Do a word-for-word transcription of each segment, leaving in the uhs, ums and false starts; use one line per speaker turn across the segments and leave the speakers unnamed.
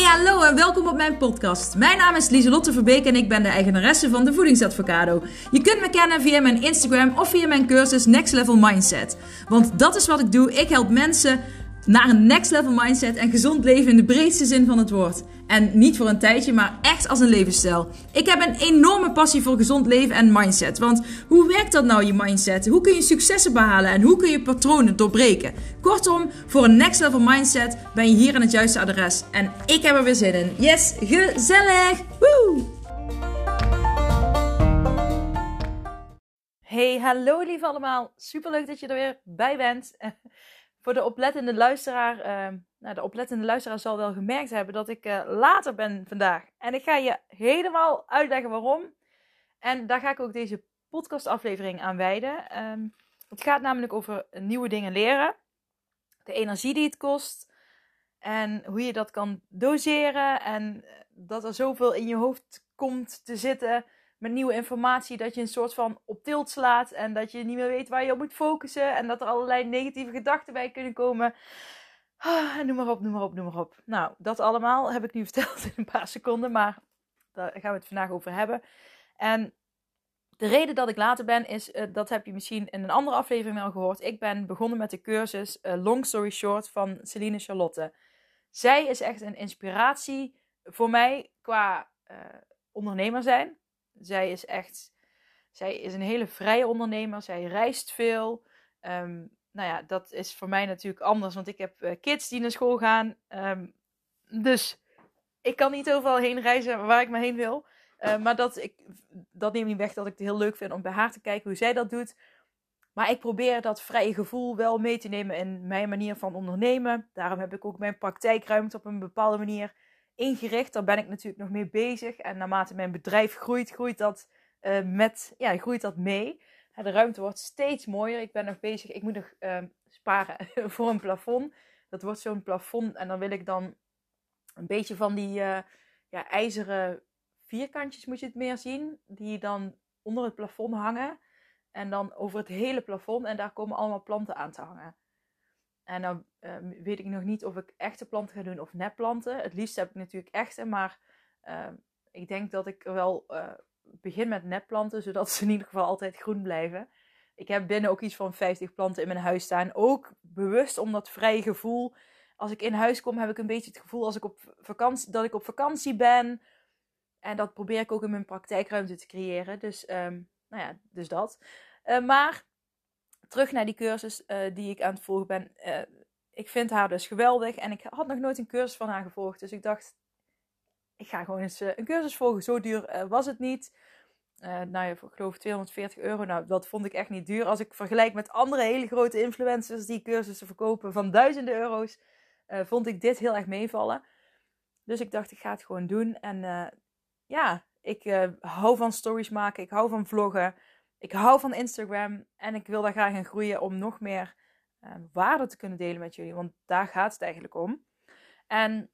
hallo en welkom op mijn podcast. Mijn naam is Lieselotte Verbeek en ik ben de eigenaresse van de Voedingsadvocado. Je kunt me kennen via mijn Instagram of via mijn cursus Next Level Mindset. Want dat is wat ik doe. Ik help mensen naar een next level mindset en gezond leven in de breedste zin van het woord. En niet voor een tijdje, maar echt als een levensstijl. Ik heb een enorme passie voor gezond leven en mindset. Want hoe werkt dat nou, je mindset? Hoe kun je successen behalen en hoe kun je patronen doorbreken? Kortom, voor een next level mindset ben je hier aan het juiste adres. En ik heb er weer zin in. Yes, gezellig! Woe! Hey, hallo lief allemaal. Superleuk dat je er weer bij bent. Voor de oplettende luisteraar, uh, nou, de oplettende luisteraar zal wel gemerkt hebben dat ik uh, later ben vandaag. En ik ga je helemaal uitleggen waarom. En daar ga ik ook deze podcastaflevering aan wijden. Um, het gaat namelijk over nieuwe dingen leren. De energie die het kost. En hoe je dat kan doseren. En dat er zoveel in je hoofd komt te zitten met nieuwe informatie, dat je een soort van op tilt slaat en dat je niet meer weet waar je op moet focussen en dat er allerlei negatieve gedachten bij kunnen komen. Ah, noem maar op, noem maar op, noem maar op. Nou, dat allemaal heb ik nu verteld in een paar seconden, maar daar gaan we het vandaag over hebben. En de reden dat ik later ben is, uh, dat heb je misschien in een andere aflevering al gehoord. Ik ben begonnen met de cursus uh, Long Story Short van Celine Charlotte. Zij is echt een inspiratie voor mij qua uh, ondernemer zijn. Zij is echt, zij is een hele vrije ondernemer. Zij reist veel. Um, nou ja, dat is voor mij natuurlijk anders, want ik heb uh, kids die naar school gaan. Um, dus ik kan niet overal heen reizen waar ik maar heen wil. Uh, maar dat, ik, dat neemt niet weg dat ik het heel leuk vind om bij haar te kijken hoe zij dat doet. Maar ik probeer dat vrije gevoel wel mee te nemen in mijn manier van ondernemen. Daarom heb ik ook mijn praktijkruimte op een bepaalde manier ingericht. Daar ben ik natuurlijk nog mee bezig. En naarmate mijn bedrijf groeit, groeit dat, uh, met, ja, groeit dat mee. De ruimte wordt steeds mooier. Ik ben nog bezig. Ik moet nog uh, sparen voor een plafond. Dat wordt zo'n plafond. En dan wil ik dan een beetje van die uh, ja, ijzeren vierkantjes, moet je het meer zien. Die dan onder het plafond hangen. En dan over het hele plafond. En daar komen allemaal planten aan te hangen. En dan uh, weet ik nog niet of ik echte planten ga doen of nepplanten. Het liefst heb ik natuurlijk echte. Maar uh, ik denk dat ik wel uh, begin met nepplanten. Zodat ze in ieder geval altijd groen blijven. Ik heb binnen ook iets van vijftig planten in mijn huis staan. Ook bewust om dat vrije gevoel. Als ik in huis kom heb ik een beetje het gevoel als ik op vakantie, dat ik op vakantie ben. En dat probeer ik ook in mijn praktijkruimte te creëren. Dus, um, nou ja, dus dat. Uh, maar terug naar die cursus uh, die ik aan het volgen ben. Uh, ik vind haar dus geweldig. En ik had nog nooit een cursus van haar gevolgd. Dus ik dacht, ik ga gewoon eens uh, een cursus volgen. Zo duur uh, was het niet. Uh, nou ja, ik geloof tweehonderdveertig euro. Nou, dat vond ik echt niet duur. Als ik vergelijk met andere hele grote influencers die cursussen verkopen van duizenden euro's. Uh, vond ik dit heel erg meevallen. Dus ik dacht, ik ga het gewoon doen. En uh, ja, ik uh, hou van stories maken. Ik hou van vloggen. Ik hou van Instagram en ik wil daar graag in groeien om nog meer uh, waarde te kunnen delen met jullie. Want daar gaat het eigenlijk om. En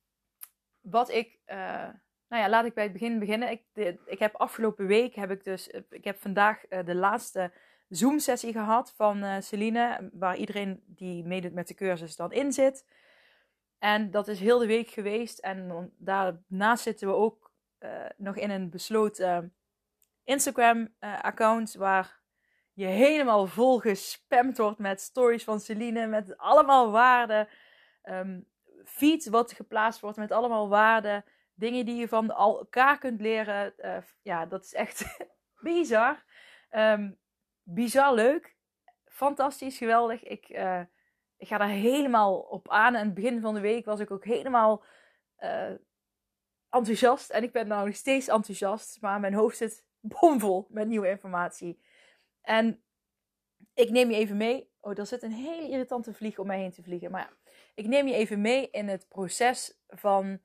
wat ik, uh, nou ja, laat ik bij het begin beginnen. Ik, de, ik heb afgelopen week, heb ik dus, ik heb vandaag uh, de laatste Zoom-sessie gehad van uh, Celine. Waar iedereen die meedoet met de cursus dan in zit. En dat is heel de week geweest. En daarnaast zitten we ook uh, nog in een besloten Uh, Instagram-account uh, waar je helemaal vol gespamd wordt met stories van Celine, met allemaal waarden. Um, feed wat geplaatst wordt met allemaal waarden. Dingen die je van elkaar kunt leren. Uh, ja, dat is echt bizar. Um, bizar leuk. Fantastisch, geweldig. Ik, uh, ik ga daar helemaal op aan. En aan het begin van de week was ik ook helemaal uh, enthousiast. En ik ben nou nog steeds enthousiast. Maar mijn hoofd zit bomvol met nieuwe informatie. En ik neem je even mee. Oh, er zit een hele irritante vlieg om mij heen te vliegen. Maar ja, ik neem je even mee in het proces van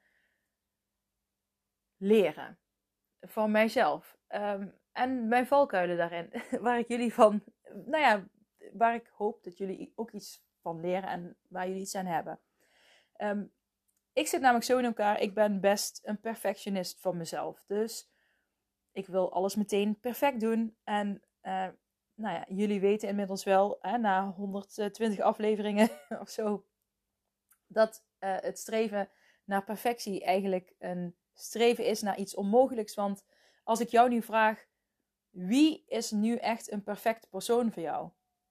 leren. Van mijzelf. Um, en mijn valkuilen daarin. Waar ik jullie van, nou ja, waar ik hoop dat jullie ook iets van leren en waar jullie iets aan hebben. Um, ik zit namelijk zo in elkaar. Ik ben best een perfectionist van mezelf. Dus ik wil alles meteen perfect doen. En uh, nou ja, jullie weten inmiddels wel, hè, na honderdtwintig afleveringen of zo, dat uh, het streven naar perfectie eigenlijk een streven is naar iets onmogelijks. Want als ik jou nu vraag, wie is nu echt een perfect persoon voor jou?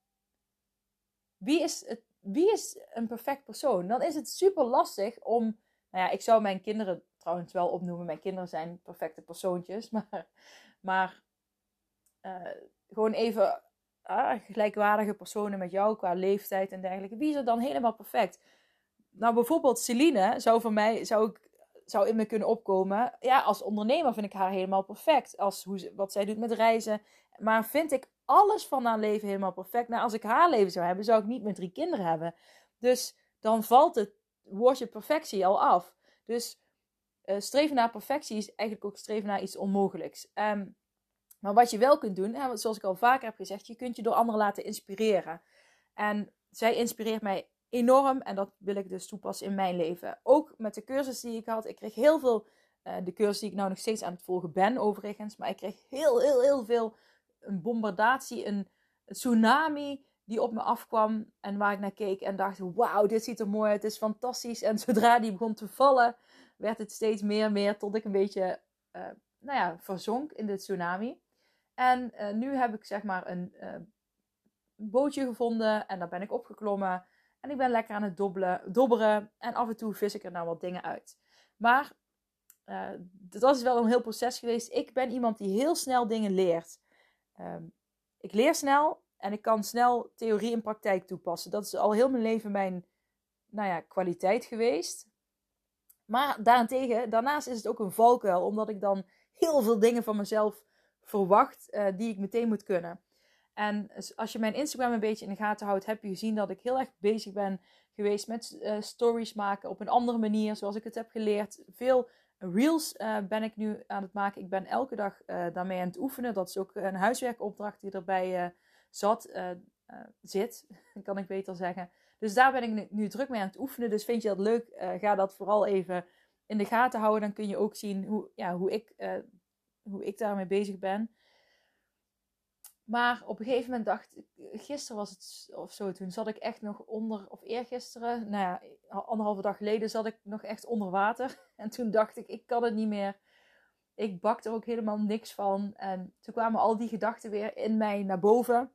Wie is, het, wie is een perfect persoon? Dan is het super lastig om... Nou ja, ik zou mijn kinderen trouwens wel opnoemen. Mijn kinderen zijn perfecte persoontjes. Maar, maar uh, gewoon even uh, gelijkwaardige personen met jou qua leeftijd en dergelijke. Wie is er dan helemaal perfect? Nou, bijvoorbeeld Celine zou voor mij... Zou ik, zou in me kunnen opkomen. Ja, als ondernemer vind ik haar helemaal perfect. Als hoe ze, wat zij doet met reizen. Maar vind ik alles van haar leven helemaal perfect. Nou, als ik haar leven zou hebben, zou ik niet meer drie kinderen hebben. Dus dan valt het woordje perfectie al af. Dus uh, streven naar perfectie is eigenlijk ook streven naar iets onmogelijks. Um, maar wat je wel kunt doen, hè, zoals ik al vaker heb gezegd, je kunt je door anderen laten inspireren. En zij inspireert mij enorm en dat wil ik dus toepassen in mijn leven. Ook met de cursus die ik had. Ik kreeg heel veel, uh, de cursus die ik nou nog steeds aan het volgen ben overigens. Maar ik kreeg heel, heel, heel veel een bombardatie, een, een tsunami die op me afkwam. En waar ik naar keek en dacht, wauw, dit ziet er mooi uit, het is fantastisch. En zodra die begon te vallen, werd het steeds meer en meer tot ik een beetje, uh, nou ja, verzonk in de tsunami. En uh, nu heb ik zeg maar een uh, bootje gevonden en daar ben ik opgeklommen. En ik ben lekker aan het dobbelen, dobberen. En af en toe vis ik er nou wat dingen uit. Maar uh, dat is wel een heel proces geweest. Ik ben iemand die heel snel dingen leert. Um, ik leer snel en ik kan snel theorie en praktijk toepassen. Dat is al heel mijn leven mijn nou ja, kwaliteit geweest. Maar daarentegen, daarnaast is het ook een valkuil. Omdat ik dan heel veel dingen van mezelf verwacht uh, die ik meteen moet kunnen. En als je mijn Instagram een beetje in de gaten houdt, heb je gezien dat ik heel erg bezig ben geweest met uh, stories maken op een andere manier, zoals ik het heb geleerd. Veel reels uh, ben ik nu aan het maken. Ik ben elke dag uh, daarmee aan het oefenen. Dat is ook een huiswerkopdracht die erbij uh, zat, uh, uh, zit, kan ik beter zeggen. Dus daar ben ik nu, nu druk mee aan het oefenen. Dus vind je dat leuk, uh, ga dat vooral even in de gaten houden. Dan kun je ook zien hoe, ja, hoe, ik, uh, hoe ik daarmee bezig ben. Maar op een gegeven moment dacht ik, gisteren was het of zo, toen zat ik echt nog onder, of eergisteren, nou ja, anderhalve dag geleden zat ik nog echt onder water. En toen dacht ik, ik kan het niet meer. Ik bak er ook helemaal niks van. En toen kwamen al die gedachten weer in mij naar boven.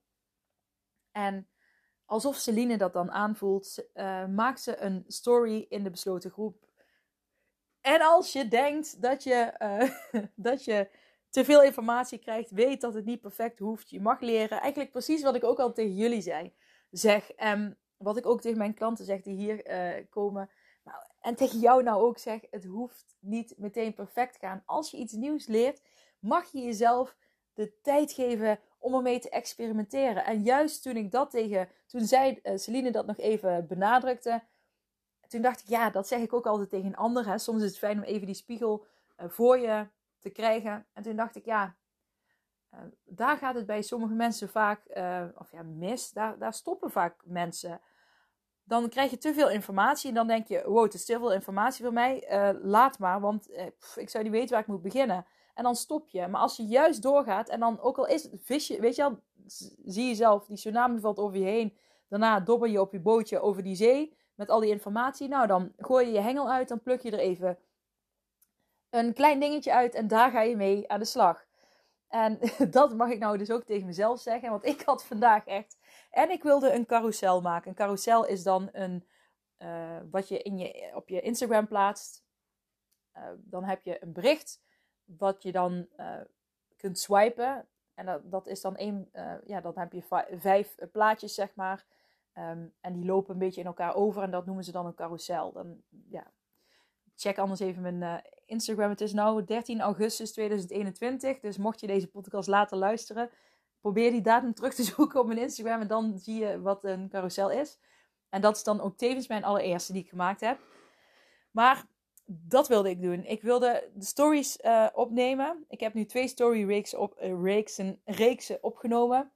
En alsof Celine dat dan aanvoelt, uh, maakt ze een story in de besloten groep. En als je denkt dat je, uh, dat je te veel informatie krijgt, weet dat het niet perfect hoeft. Je mag leren. Eigenlijk precies wat ik ook al tegen jullie zei, zeg. En wat ik ook tegen mijn klanten zeg die hier uh, komen. Nou, en tegen jou nou ook zeg, het hoeft niet meteen perfect gaan. Als je iets nieuws leert, mag je jezelf de tijd geven om ermee te experimenteren. En juist toen ik dat tegen, toen zij, uh, Celine dat nog even benadrukte, toen dacht ik, ja, dat zeg ik ook altijd tegen een ander. Hè. Soms is het fijn om even die spiegel uh, voor je te krijgen. En toen dacht ik, ja, uh, daar gaat het bij sommige mensen vaak, uh, of ja, mis. Daar, daar stoppen vaak mensen. Dan krijg je te veel informatie en dan denk je, wow, het is te veel informatie voor mij. Uh, laat maar, want uh, pff, ik zou niet weten waar ik moet beginnen. En dan stop je. Maar als je juist doorgaat en dan, ook al is het visje, weet je wel, zie je zelf, die tsunami valt over je heen. Daarna dobber je op je bootje over die zee met al die informatie. Nou, dan gooi je je hengel uit, dan pluk je er even een klein dingetje uit en daar ga je mee aan de slag. En dat mag ik nou dus ook tegen mezelf zeggen, want ik had vandaag echt... En ik wilde een carousel maken. Een carousel is dan een, uh, wat je, in je op je Instagram plaatst. Uh, dan heb je een bericht wat je dan uh, kunt swipen. En dat, dat is dan één, uh, ja, dan heb je v- vijf plaatjes, zeg maar. Um, en die lopen een beetje in elkaar over en dat noemen ze dan een carousel. Dan, ja, check anders even mijn uh, Instagram. Het is nu dertien augustus tweeduizend eenentwintig. Dus mocht je deze podcast later luisteren, probeer die datum terug te zoeken op mijn Instagram. En dan zie je wat een carousel is. En dat is dan ook tevens mijn allereerste die ik gemaakt heb. Maar dat wilde ik doen. Ik wilde de stories uh, opnemen. Ik heb nu twee story reeksen, op, uh, reeksen, reeksen opgenomen.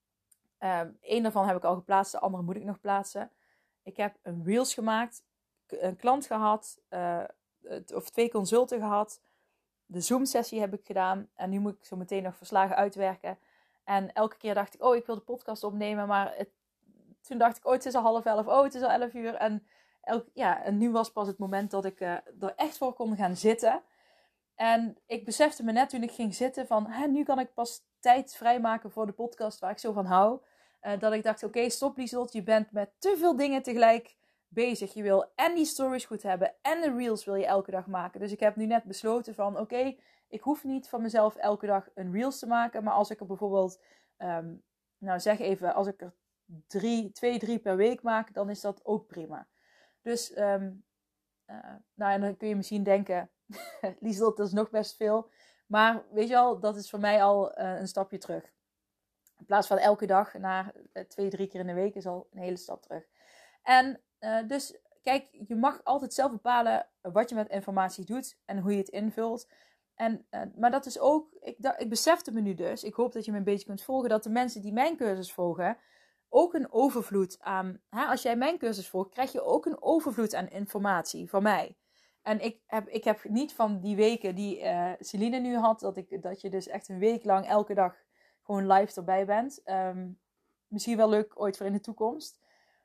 Eén uh, daarvan heb ik al geplaatst. De andere moet ik nog plaatsen. Ik heb een reels gemaakt. Een klant gehad. Uh, of twee consulten gehad. De Zoom-sessie heb ik gedaan. En nu moet ik zo meteen nog verslagen uitwerken. En elke keer dacht ik, oh, ik wil de podcast opnemen. Maar het, toen dacht ik, oh, het is al half elf. Oh, het is al elf uur. En elk, ja, en nu was pas het moment dat ik uh, er echt voor kon gaan zitten. En ik besefte me net toen ik ging zitten van, hè, nu kan ik pas tijd vrijmaken voor de podcast waar ik zo van hou. Uh, dat ik dacht, oké, okay, stop Lieselt, je bent met te veel dingen tegelijk bezig. Je wil en die stories goed hebben en de reels wil je elke dag maken. Dus ik heb nu net besloten van, oké, okay, ik hoef niet van mezelf elke dag een reels te maken. Maar als ik er bijvoorbeeld, um, nou zeg even, als ik er drie, twee, drie per week maak, dan is dat ook prima. Dus, um, uh, nou en dan kun je misschien denken, Lieselt, dat is nog best veel. Maar weet je al, dat is voor mij al uh, een stapje terug. In plaats van elke dag naar uh, twee, drie keer in de week is al een hele stap terug. En uh, dus kijk, je mag altijd zelf bepalen wat je met informatie doet en hoe je het invult. En, uh, maar dat is ook, ik, da, ik besefte me nu dus, ik hoop dat je me een beetje kunt volgen, dat de mensen die mijn cursus volgen, ook een overvloed aan, hè, als jij mijn cursus volgt, krijg je ook een overvloed aan informatie van mij. En ik heb, ik heb niet van die weken die uh, Celine nu had, dat, ik, dat je dus echt een week lang elke dag gewoon live erbij bent. Um, misschien wel leuk ooit voor in de toekomst.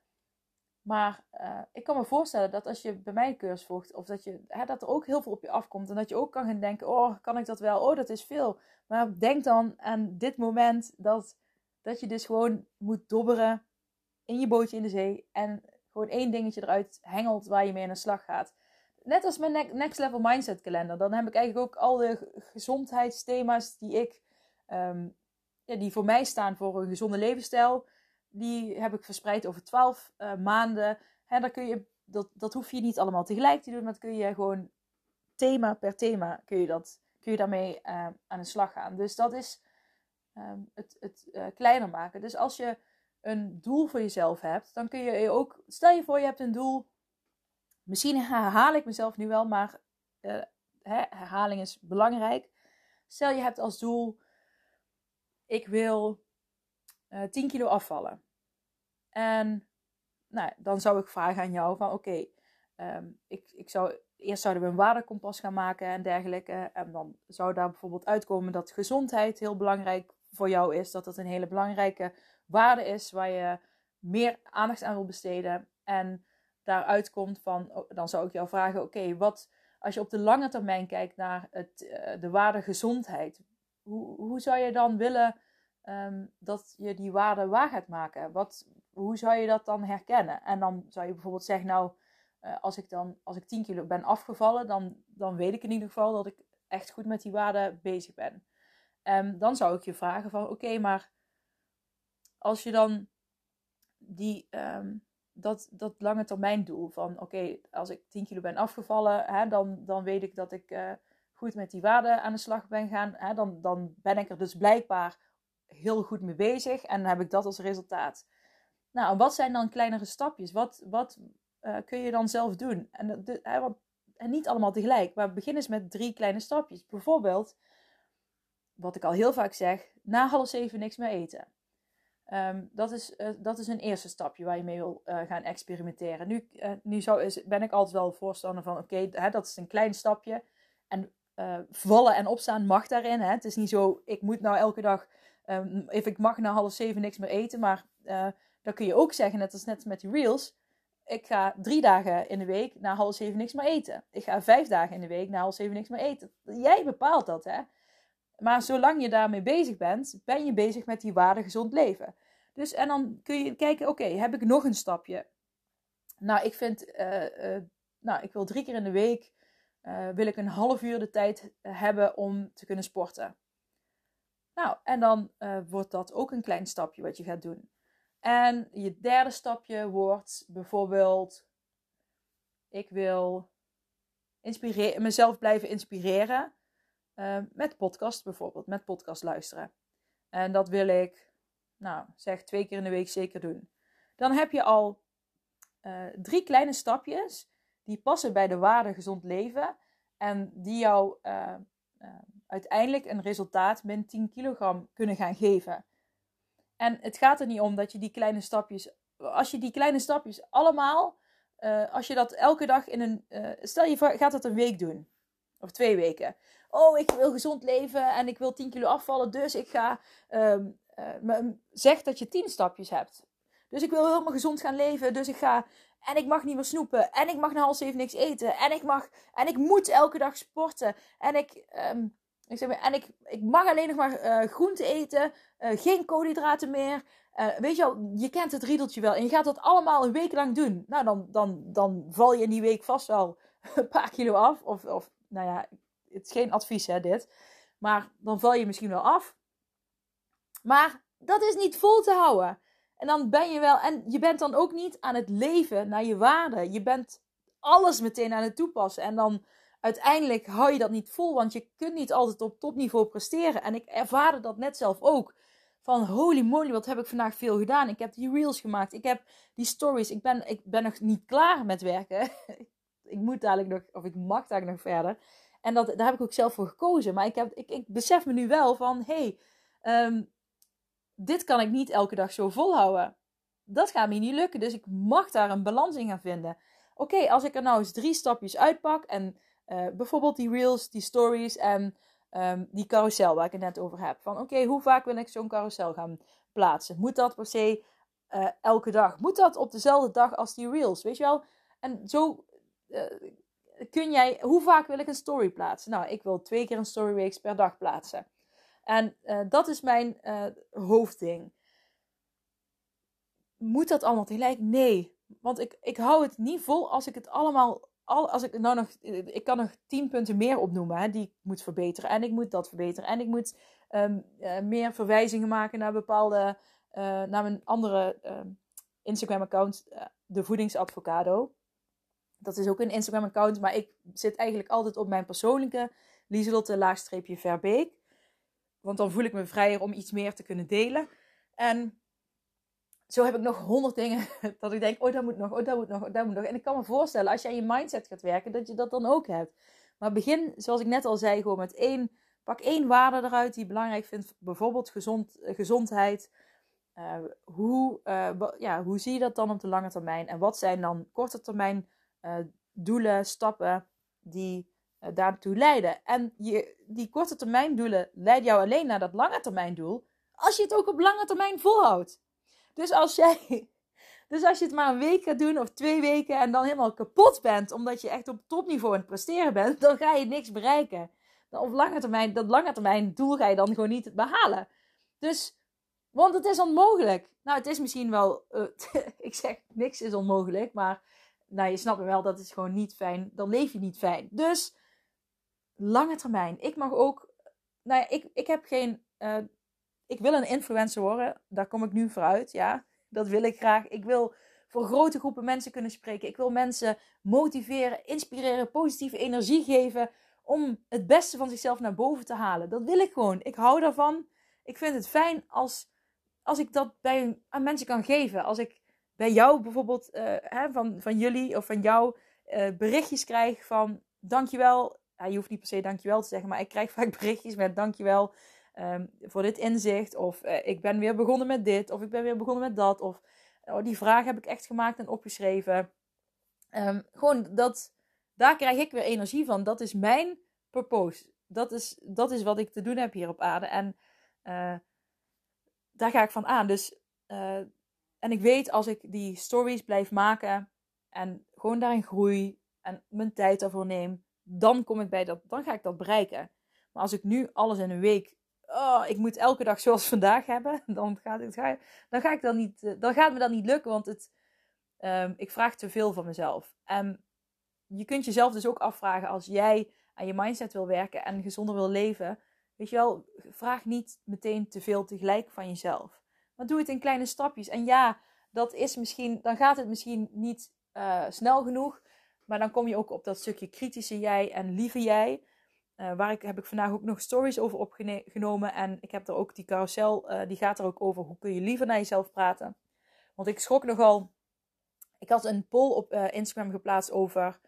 Maar uh, ik kan me voorstellen dat als je bij mij een cursus volgt, of dat, je, hè, dat er ook heel veel op je afkomt. En dat je ook kan gaan denken, oh, kan ik dat wel? Oh, dat is veel. Maar denk dan aan dit moment dat, dat je dus gewoon moet dobberen in je bootje in de zee. En gewoon één dingetje eruit hengelt waar je mee aan de slag gaat. Net als mijn Next Level Mindset kalender. Dan heb ik eigenlijk ook al de gezondheidsthema's die ik, um, ja, die voor mij staan voor een gezonde levensstijl. Die heb ik verspreid over twaalf uh, maanden. Hè, dan kun je, dat, dat hoef je niet allemaal tegelijk te doen. Maar dat kun je gewoon thema per thema kun je, dat, kun je daarmee uh, aan de slag gaan. Dus dat is um, het, het uh, kleiner maken. Dus als je een doel voor jezelf hebt, dan kun je ook... Stel je voor je hebt een doel... Misschien herhaal ik mezelf nu wel, maar uh, hè, herhaling is belangrijk. Stel je hebt als doel... Ik wil uh, tien kilo afvallen. En nou, dan zou ik vragen aan jou van oké, okay, um, ik, ik zou, eerst zouden we een waardekompas gaan maken en dergelijke. En dan zou daar bijvoorbeeld uitkomen dat gezondheid heel belangrijk voor jou is. Dat dat een hele belangrijke waarde is waar je meer aandacht aan wil besteden. En daaruit komt van, dan zou ik jou vragen, oké, okay, wat als je op de lange termijn kijkt naar het, uh, de waarde gezondheid. Hoe, hoe zou je dan willen... Um, dat je die waarde waar gaat maken. Wat, hoe zou je dat dan herkennen? En dan zou je bijvoorbeeld zeggen, nou, uh, als ik dan als ik tien kilo ben afgevallen, dan, dan weet ik in ieder geval dat ik echt goed met die waarde bezig ben. Um, dan zou ik je vragen van, oké, okay, maar als je dan die, um, dat, dat lange termijn doel van, oké, okay, als ik tien kilo ben afgevallen, hè, dan, dan weet ik dat ik uh, goed met die waarde aan de slag ben gaan. Hè, dan, dan ben ik er dus blijkbaar heel goed mee bezig en dan heb ik dat als resultaat. Nou, wat zijn dan kleinere stapjes? Wat, wat uh, kun je dan zelf doen? En, de, hè, want, en niet allemaal tegelijk, maar begin eens met drie kleine stapjes. Bijvoorbeeld, wat ik al heel vaak zeg, na half zeven niks meer eten. Um, dat, is, uh, dat is een eerste stapje waar je mee wil uh, gaan experimenteren. Nu, uh, nu zou, is, ben ik altijd wel voorstander van, oké, okay, dat is een klein stapje. En uh, vallen en opstaan mag daarin. Hè? Het is niet zo, ik moet nou elke dag... Um, of ik mag na half zeven niks meer eten, maar uh, dan kun je ook zeggen, net als net met die reels, ik ga drie dagen in de week na half zeven niks meer eten. Ik ga vijf dagen in de week na half zeven niks meer eten. Jij bepaalt dat, hè. Maar zolang je daarmee bezig bent, ben je bezig met die waarde gezond leven. Dus en dan kun je kijken, oké, okay, heb ik nog een stapje? Nou, ik vind, uh, uh, nou, ik wil drie keer in de week, uh, wil ik een half uur de tijd hebben om te kunnen sporten. Nou, en dan uh, wordt dat ook een klein stapje wat je gaat doen. En je derde stapje wordt bijvoorbeeld... Ik wil inspireren, mezelf blijven inspireren. Uh, met podcast bijvoorbeeld. Met podcast luisteren. En dat wil ik, nou zeg twee keer in de week zeker doen. Dan heb je al uh, drie kleine stapjes. Die passen bij de waarde gezond leven. En die jou... Uh, uh, uiteindelijk een resultaat min tien kilogram kunnen gaan geven. En het gaat er niet om dat je die kleine stapjes... Als je die kleine stapjes allemaal... Uh, als je dat elke dag in een... Uh, stel je gaat dat een week doen. Of twee weken. Oh, ik wil gezond leven en ik wil tien kilo afvallen. Dus ik ga... Uh, uh, zeg dat je tien stapjes hebt. Dus ik wil helemaal gezond gaan leven. Dus ik ga... En ik mag niet meer snoepen. En ik mag na half zeven niks eten. En ik mag... En ik moet elke dag sporten. En ik... Um, ik zeg maar, en ik, ik mag alleen nog maar uh, groente eten. Uh, geen koolhydraten meer. Uh, weet je wel, je kent het riedeltje wel. En je gaat dat allemaal een week lang doen. Nou, dan, dan, dan val je in die week vast wel een paar kilo af. Of, of nou ja, het is geen advies hè, dit. Maar dan val je misschien wel af. Maar dat is niet vol te houden. En dan ben je wel... En je bent dan ook niet aan het leven naar je waarde. Je bent alles meteen aan het toepassen. En dan uiteindelijk hou je dat niet vol. Want je kunt niet altijd op topniveau presteren. En ik ervaarde dat net zelf ook. Van holy moly, wat heb ik vandaag veel gedaan. Ik heb die reels gemaakt. Ik heb die stories. Ik ben, ik ben nog niet klaar met werken. Ik moet dadelijk nog... Of ik mag dadelijk nog verder. En dat, daar heb ik ook zelf voor gekozen. Maar ik, heb, ik, ik besef me nu wel van... Hey, um, dit kan ik niet elke dag zo volhouden. Dat gaat me niet lukken. Dus ik mag daar een balans in gaan vinden. Oké, okay, als ik er nou eens drie stapjes uitpak. En uh, bijvoorbeeld die reels, die stories en um, die carousel waar ik het net over heb. Van oké, okay, hoe vaak wil ik zo'n carousel gaan plaatsen? Moet dat per se uh, elke dag? Moet dat op dezelfde dag als die reels? Weet je wel? En zo uh, kun jij... Hoe vaak wil ik een story plaatsen? Nou, ik wil twee keer een storyweeks per dag plaatsen. En uh, dat is mijn uh, hoofdding. Moet dat allemaal tegelijk? Nee. Want ik, ik hou het niet vol als ik het allemaal... Al, als ik, nou nog, ik kan nog tien punten meer opnoemen hè, die ik moet verbeteren. En ik moet dat verbeteren. En ik moet um, uh, meer verwijzingen maken naar bepaalde... Uh, naar mijn andere uh, Instagram-account. Uh, de Voedingsadvocado. Dat is ook een Instagram-account. Maar ik zit eigenlijk altijd op mijn persoonlijke... Lieselotte laagstreepje Verbeek. Want dan voel ik me vrijer om iets meer te kunnen delen. En zo heb ik nog honderd dingen dat ik denk, oh dat moet nog, oh dat moet nog, oh dat moet nog. En ik kan me voorstellen, als je aan je mindset gaat werken, dat je dat dan ook hebt. Maar begin, zoals ik net al zei, gewoon met één, pak één waarde eruit die je belangrijk vindt. Bijvoorbeeld gezond, gezondheid. Uh, hoe, uh, ja, hoe zie je dat dan op de lange termijn? En wat zijn dan korte termijn uh, doelen, stappen die... Uh, daartoe leiden. En je, die korte termijn doelen leiden jou alleen naar dat lange termijn doel. Als je het ook op lange termijn volhoudt. Dus als jij... Dus als je het maar een week gaat doen of twee weken en dan helemaal kapot bent. Omdat je echt op topniveau aan het presteren bent. Dan ga je niks bereiken. Dan op lange termijn, dat lange termijn doel ga je dan gewoon niet behalen. Dus... Want het is onmogelijk. Nou, het is misschien wel... Uh, ik zeg, niks is onmogelijk. Maar... Nou, je snapt me wel, dat is gewoon niet fijn. Dan leef je niet fijn. Dus... Lange termijn. Ik mag ook... Nou ja, ik, ik heb geen... Uh, ik wil een influencer worden. Daar kom ik nu voor uit, ja. Dat wil ik graag. Ik wil voor grote groepen mensen kunnen spreken. Ik wil mensen motiveren, inspireren, positieve energie geven... om het beste van zichzelf naar boven te halen. Dat wil ik gewoon. Ik hou daarvan. Ik vind het fijn als, als ik dat bij, aan mensen kan geven. Als ik bij jou bijvoorbeeld... Uh, hè, van, van jullie of van jou uh, berichtjes krijg van... Dankjewel... Ja, je hoeft niet per se dankjewel te zeggen, maar ik krijg vaak berichtjes met dankjewel um, voor dit inzicht. Of uh, ik ben weer begonnen met dit. Of ik ben weer begonnen met dat. Of oh, die vraag heb ik echt gemaakt en opgeschreven. Um, gewoon dat, daar krijg ik weer energie van. Dat is mijn purpose. Dat is, dat is wat ik te doen heb hier op aarde. En uh, daar ga ik van aan. Dus, uh, en ik weet als ik die stories blijf maken en gewoon daarin groei en mijn tijd daarvoor neem, dan kom ik bij dat, dan ga ik dat bereiken. Maar als ik nu alles in een week, oh, ik moet elke dag zoals vandaag hebben, dan gaat het, dan ga ik dat niet, dan gaat me dat niet lukken, want het, um, ik vraag te veel van mezelf. En je kunt jezelf dus ook afvragen als jij aan je mindset wil werken en gezonder wil leven, weet je wel, vraag niet meteen te veel tegelijk van jezelf. Maar doe het in kleine stapjes. En ja, dat is misschien, dan gaat het misschien niet uh, snel genoeg. Maar dan kom je ook op dat stukje kritische jij en lieve jij. Uh, waar ik, heb ik vandaag ook nog stories over opgenomen. En ik heb er ook die carousel, uh, die gaat er ook over. Hoe kun je liever naar jezelf praten? Want ik schrok nogal. Ik had een poll op uh, Instagram geplaatst over...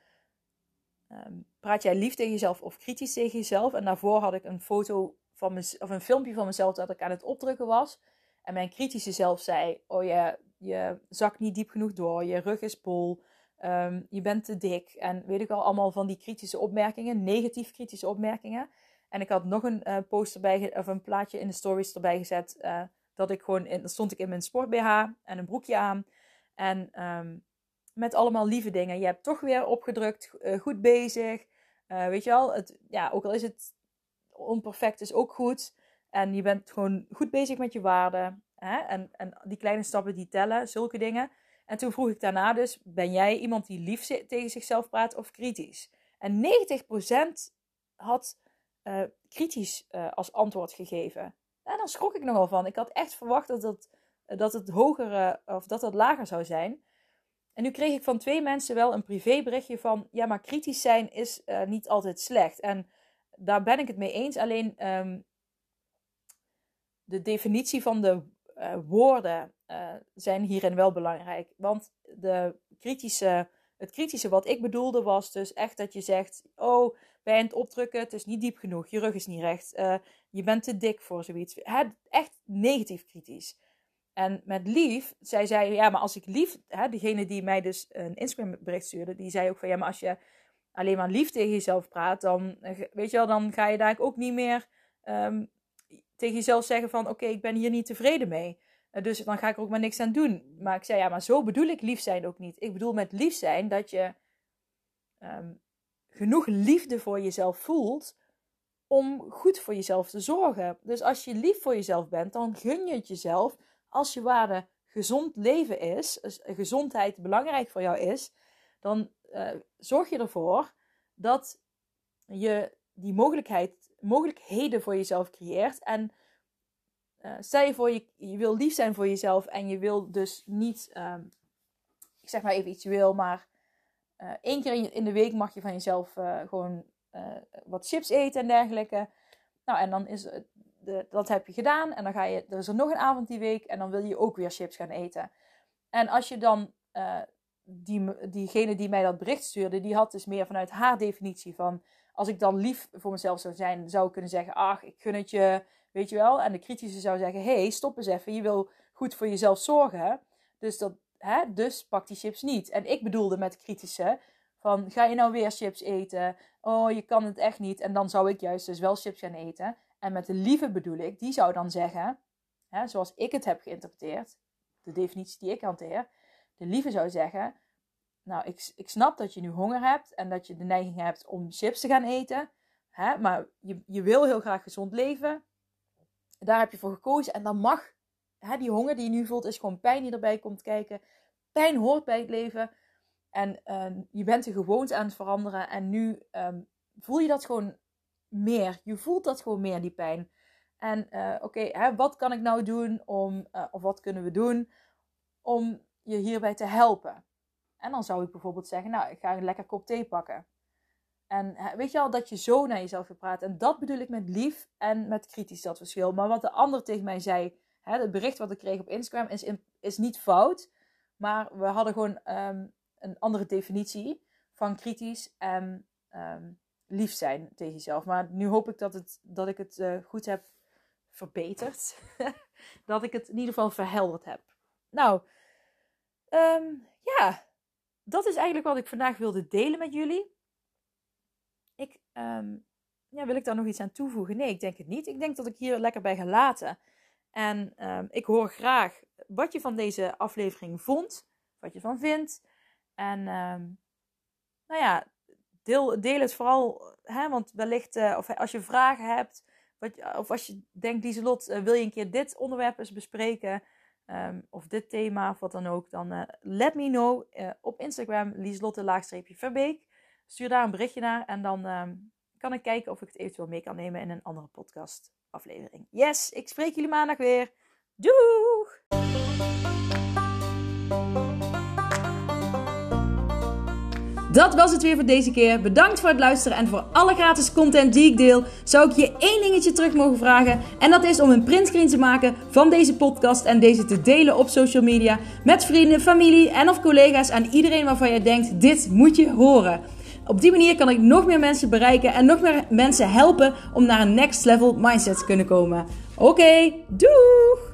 Um, praat jij lief tegen jezelf of kritisch tegen jezelf? En daarvoor had ik een foto van mez- of een filmpje van mezelf dat ik aan het opdrukken was. En mijn kritische zelf zei... Oh, je, je zakt niet diep genoeg door. Je rug is bol. Um, je bent te dik. En weet ik wel, allemaal van die kritische opmerkingen. Negatief kritische opmerkingen. En ik had nog een uh, post erbij, ge- of een plaatje in de stories erbij gezet. Uh, dat ik gewoon, in, dan stond ik in mijn sport B H en een broekje aan. En um, met allemaal lieve dingen. Je hebt toch weer opgedrukt, uh, goed bezig. Uh, weet je wel, het, ja, ook al is het onperfect, is ook goed. En je bent gewoon goed bezig met je waarden. Hè? En, en die kleine stappen die tellen, zulke dingen. En toen vroeg ik daarna dus, ben jij iemand die lief tegen zichzelf praat of kritisch? En negentig procent had uh, kritisch uh, als antwoord gegeven. En daar schrok ik nogal van. Ik had echt verwacht dat het, dat het hoger, uh, of dat het lager zou zijn. En nu kreeg ik van twee mensen wel een privéberichtje van, ja, maar kritisch zijn is uh, niet altijd slecht. En daar ben ik het mee eens. Alleen um, de definitie van de uh, woorden uh, zijn hierin wel belangrijk. Want de kritische, het kritische wat ik bedoelde was dus echt dat je zegt, oh, bij het opdrukken, het is niet diep genoeg, je rug is niet recht, uh, je bent te dik voor zoiets. Hè, echt negatief kritisch. En met lief, zij zei, ja, maar als ik lief, hè, degene die mij dus een Instagram bericht stuurde, die zei ook van, ja, maar als je alleen maar lief tegen jezelf praat, dan, weet je wel, dan ga je daar ook niet meer um, tegen jezelf zeggen van, oké, okay, ik ben hier niet tevreden mee. Uh, dus dan ga ik er ook maar niks aan doen. Maar ik zei, ja, maar zo bedoel ik lief zijn ook niet. Ik bedoel met lief zijn dat je um, genoeg liefde voor jezelf voelt om goed voor jezelf te zorgen. Dus als je lief voor jezelf bent, dan gun je het jezelf. Als je waarde gezond leven is, dus gezondheid belangrijk voor jou is, dan uh, zorg je ervoor dat je die mogelijkheid, mogelijkheden voor jezelf creëert. En uh, stel je voor, je, je wil lief zijn voor jezelf en je wil dus niet, um, ik zeg maar even iets, je wil maar uh, één keer in, in de week mag je van jezelf uh, gewoon uh, wat chips eten en dergelijke. Nou, en dan is het, De, dat heb je gedaan en dan ga je, er is er nog een avond die week en dan wil je ook weer chips gaan eten. En als je dan, uh, die, diegene die mij dat bericht stuurde, die had dus meer vanuit haar definitie van, als ik dan lief voor mezelf zou zijn, zou ik kunnen zeggen, ach, ik gun het je, weet je wel. En de kritische zou zeggen, hé, hey, stop eens even, je wil goed voor jezelf zorgen. Dus, dat, hè, dus pak die chips niet. En ik bedoelde met kritische, van, ga je nou weer chips eten? Oh, je kan het echt niet. En dan zou ik juist dus wel chips gaan eten. En met de lieve bedoel ik, die zou dan zeggen, hè, zoals ik het heb geïnterpreteerd, de definitie die ik hanteer, de lieve zou zeggen, nou, ik, ik snap dat je nu honger hebt en dat je de neiging hebt om chips te gaan eten, hè, maar je, je wil heel graag gezond leven, daar heb je voor gekozen en dan mag, hè, die honger die je nu voelt is gewoon pijn die erbij komt kijken. Pijn hoort bij het leven en uh, je bent de gewoonte aan het veranderen en nu um, voel je dat gewoon meer. Je voelt dat gewoon meer, die pijn. En uh, oké, okay, wat kan ik nou doen om, uh, of wat kunnen we doen om je hierbij te helpen? En dan zou ik bijvoorbeeld zeggen, nou, ik ga een lekker kop thee pakken. En uh, weet je al, dat je zo naar jezelf gaat praten. En dat bedoel ik met lief en met kritisch, dat verschil. Maar wat de ander tegen mij zei, hè, het bericht wat ik kreeg op Instagram is, in, is niet fout. Maar we hadden gewoon um, een andere definitie van kritisch en um, lief zijn tegen jezelf. Maar nu hoop ik dat, het, dat ik het uh, goed heb verbeterd. Dat ik het in ieder geval verhelderd heb. Nou, um, ja, dat is eigenlijk wat ik vandaag wilde delen met jullie. Ik, um, ja, wil ik daar nog iets aan toevoegen? Nee, ik denk het niet. Ik denk dat ik hier lekker bij ga laten. En um, ik hoor graag wat je van deze aflevering vond. Wat je van vindt. En um, nou ja, deel, deel het vooral. Hè, want wellicht, uh, of als je vragen hebt. Wat, of als je denkt, Lieselot, uh, wil je een keer dit onderwerp eens bespreken? Um, of dit thema, of wat dan ook. Dan uh, let me know uh, op Instagram, Lieselotte-Verbeek. Stuur daar een berichtje naar. En dan um, kan ik kijken of ik het eventueel mee kan nemen in een andere podcast aflevering. Yes, ik spreek jullie maandag weer. Doeg! Dat was het weer voor deze keer. Bedankt voor het luisteren en voor alle gratis content die ik deel. Zou ik je één dingetje terug mogen vragen. En dat is om een printscreen te maken van deze podcast en deze te delen op social media. Met vrienden, familie en of collega's en iedereen waarvan je denkt, dit moet je horen. Op die manier kan ik nog meer mensen bereiken en nog meer mensen helpen om naar een next level mindset te kunnen komen. Oké, okay, doeg!